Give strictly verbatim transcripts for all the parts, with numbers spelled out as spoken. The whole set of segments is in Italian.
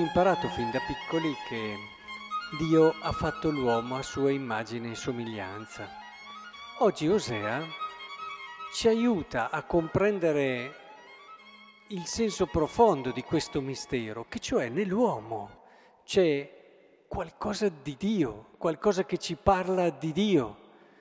imparato fin da piccoli che Dio ha fatto l'uomo a sua immagine e somiglianza. Oggi Osea ci aiuta a comprendere il senso profondo di questo mistero, che cioè nell'uomo c'è qualcosa di Dio, qualcosa che ci parla di Dio.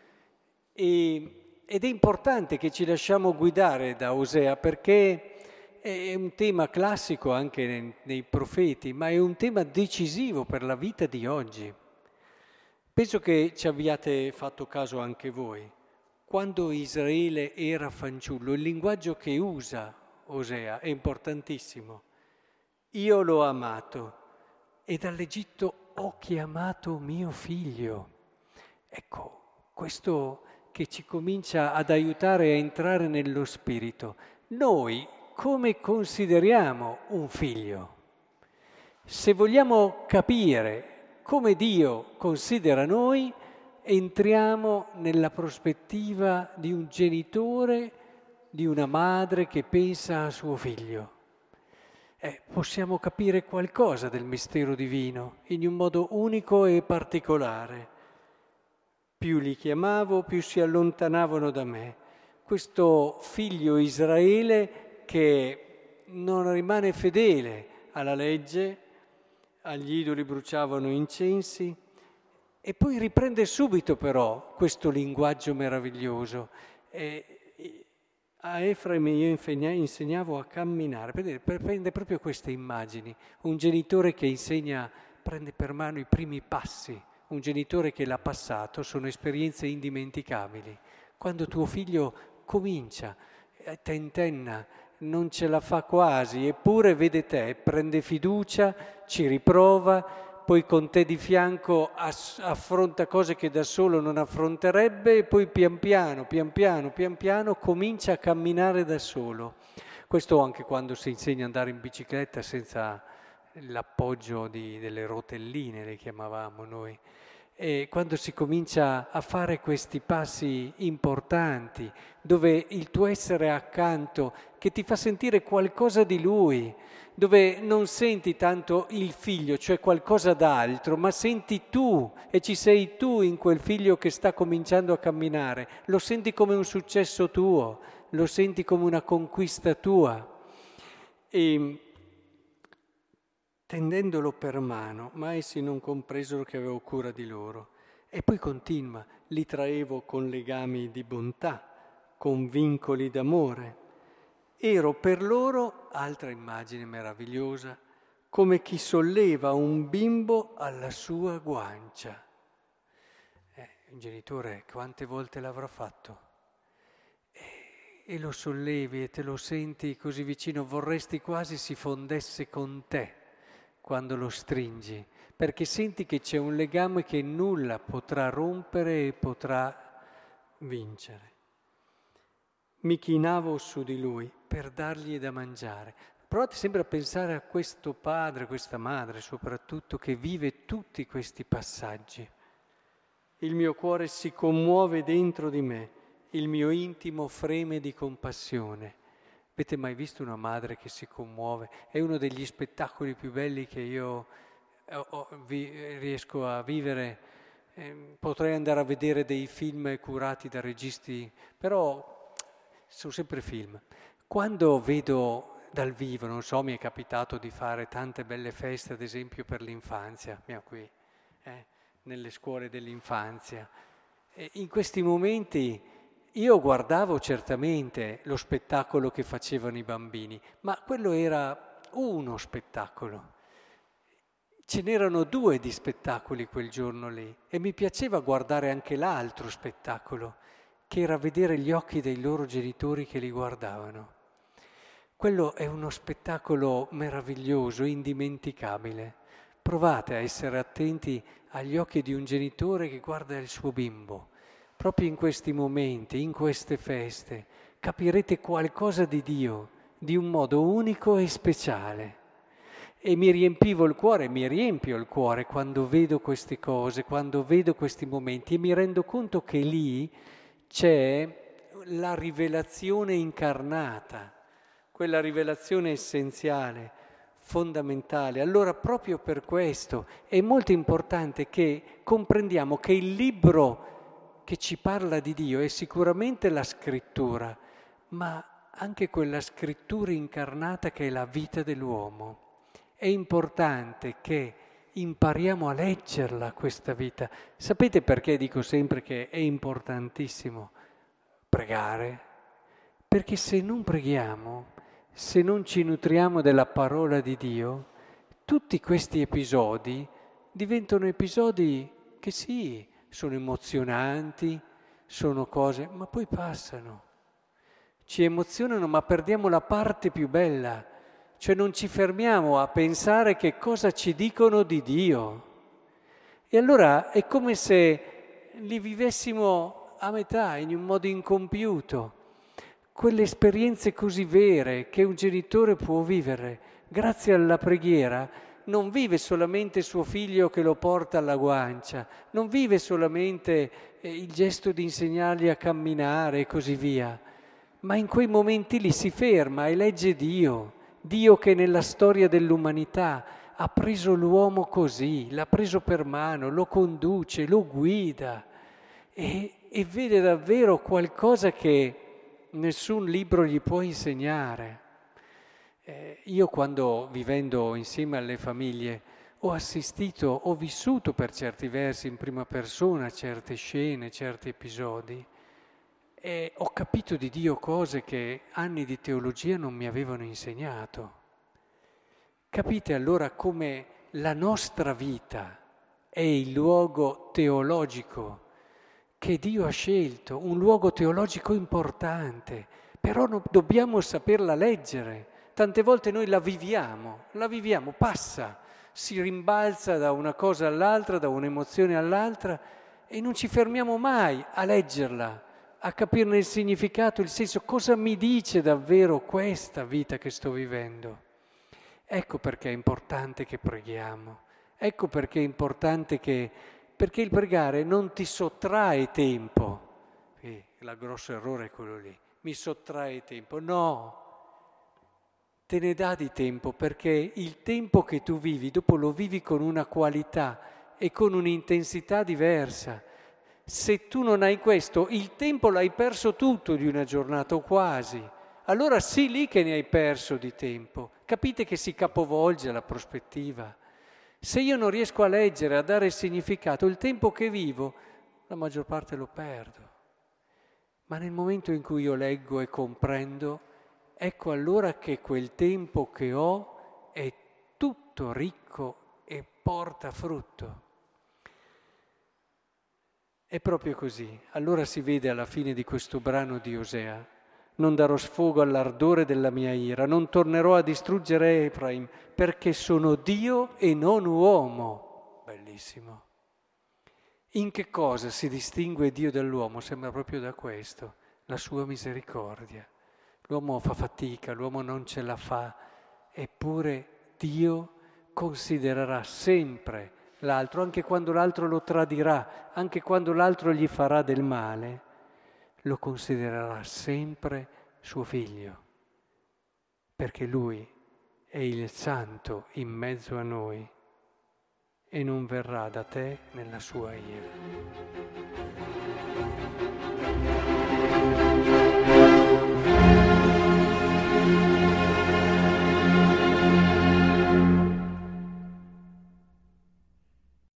E, ed è importante che ci lasciamo guidare da Osea, perché è un tema classico anche nei, nei profeti, ma è un tema decisivo per la vita di oggi. Penso che ci abbiate fatto caso anche voi. Quando Israele era fanciullo, il linguaggio che usa Osea è importantissimo. Io l'ho amato e dall'Egitto ho chiamato mio figlio. Ecco, questo che ci comincia ad aiutare a entrare nello spirito. Noi come consideriamo un figlio? Se vogliamo capire come Dio considera noi, entriamo nella prospettiva di un genitore, di una madre che pensa a suo figlio. Eh, possiamo capire qualcosa del mistero divino in un modo unico e particolare. Più li chiamavo, più si allontanavano da me. Questo figlio Israele che non rimane fedele alla legge, agli idoli bruciavano incensi, e poi riprende subito però questo linguaggio meraviglioso. E a Efraim io insegnavo a camminare, prende proprio queste immagini, un genitore che insegna, prende per mano i primi passi, un genitore che l'ha passato, sono esperienze indimenticabili. Quando tuo figlio comincia, tentenna, non ce la fa quasi, eppure vede te, prende fiducia, ci riprova, poi con te di fianco ass- affronta cose che da solo non affronterebbe e poi pian piano, pian piano, pian piano comincia a camminare da solo. Questo anche quando si insegna ad andare in bicicletta senza l'appoggio di, delle rotelline, le chiamavamo noi. E quando si comincia a fare questi passi importanti, dove il tuo essere accanto, che ti fa sentire qualcosa di lui, dove non senti tanto il figlio, cioè qualcosa d'altro, ma senti tu e ci sei tu in quel figlio che sta cominciando a camminare, lo senti come un successo tuo, lo senti come una conquista tua. E tendendolo per mano, ma essi non compresero che avevo cura di loro. E poi continua, li traevo con legami di bontà, con vincoli d'amore. Ero per loro, altra immagine meravigliosa, come chi solleva un bimbo alla sua guancia. Eh, un genitore quante volte l'avrà fatto? E, e lo sollevi e te lo senti così vicino, vorresti quasi si fondesse con te quando lo stringi, perché senti che c'è un legame che nulla potrà rompere e potrà vincere. Mi chinavo su di lui per dargli da mangiare. Provate sempre a pensare a questo padre, questa madre soprattutto, che vive tutti questi passaggi. Il mio cuore si commuove dentro di me, il mio intimo freme di compassione. Avete mai visto una madre che si commuove? È uno degli spettacoli più belli che io ho, ho, vi, riesco a vivere. Eh, potrei andare a vedere dei film curati da registi, però sono sempre film. Quando vedo dal vivo, non so, mi è capitato di fare tante belle feste, ad esempio per l'infanzia, mia qui, eh, nelle scuole dell'infanzia. E in questi momenti io guardavo certamente lo spettacolo che facevano i bambini, ma quello era uno spettacolo. Ce n'erano due di spettacoli quel giorno lì e mi piaceva guardare anche l'altro spettacolo, che era vedere gli occhi dei loro genitori che li guardavano. Quello è uno spettacolo meraviglioso, indimenticabile. Provate a essere attenti agli occhi di un genitore che guarda il suo bimbo. Proprio in questi momenti, in queste feste, capirete qualcosa di Dio, di un modo unico e speciale. E mi riempivo il cuore, mi riempio il cuore quando vedo queste cose, quando vedo questi momenti e mi rendo conto che lì c'è la rivelazione incarnata, quella rivelazione essenziale. fondamentale. Allora proprio per questo è molto importante che comprendiamo che il libro che ci parla di Dio è sicuramente la scrittura, ma anche quella scrittura incarnata che è la vita dell'uomo. È importante che impariamo a leggerla questa vita. Sapete perché dico sempre che è importantissimo pregare? Perché se non preghiamo, se non ci nutriamo della parola di Dio, tutti questi episodi diventano episodi che sì, sono emozionanti, sono cose, ma poi passano. Ci emozionano, ma perdiamo la parte più bella, cioè non ci fermiamo a pensare che cosa ci dicono di Dio. E allora è come se li vivessimo a metà, in un modo incompiuto. Quelle esperienze così vere che un genitore può vivere grazie alla preghiera, non vive solamente suo figlio che lo porta alla guancia, non vive solamente eh, il gesto di insegnargli a camminare e così via, ma in quei momenti lì si ferma e legge Dio, Dio che nella storia dell'umanità ha preso l'uomo così, l'ha preso per mano, lo conduce, lo guida e, e vede davvero qualcosa che nessun libro gli può insegnare. Eh, io quando, vivendo insieme alle famiglie, ho assistito, ho vissuto per certi versi in prima persona certe scene, certi episodi, e ho capito di Dio cose che anni di teologia non mi avevano insegnato. Capite allora come la nostra vita è il luogo teologico che Dio ha scelto, un luogo teologico importante, però no, dobbiamo saperla leggere. Tante volte noi la viviamo, la viviamo, passa, si rimbalza da una cosa all'altra, da un'emozione all'altra e non ci fermiamo mai a leggerla, a capirne il significato, il senso, cosa mi dice davvero questa vita che sto vivendo. Ecco perché è importante che preghiamo, ecco perché è importante che... Perché il pregare non ti sottrae tempo. Eh, il grosso errore è quello lì. Mi sottrae tempo. No, te ne dà di tempo perché il tempo che tu vivi, dopo lo vivi con una qualità e con un'intensità diversa. Se tu non hai questo, il tempo l'hai perso tutto di una giornata o quasi. Allora sì lì che ne hai perso di tempo. Capite che si capovolge la prospettiva. Se io non riesco a leggere, a dare significato, il tempo che vivo, la maggior parte lo perdo. Ma nel momento in cui io leggo e comprendo, ecco allora che quel tempo che ho è tutto ricco e porta frutto. È proprio così. Allora si vede alla fine di questo brano di Osea: non darò sfogo all'ardore della mia ira, non tornerò a distruggere Efraim, perché sono Dio e non uomo. Bellissimo. In che cosa si distingue Dio dall'uomo? Sembra proprio da questo, la sua misericordia. L'uomo fa fatica, l'uomo non ce la fa, eppure Dio considererà sempre l'altro, anche quando l'altro lo tradirà, anche quando l'altro gli farà del male, lo considererà sempre suo figlio, perché lui è il santo in mezzo a noi e non verrà da te nella sua ira.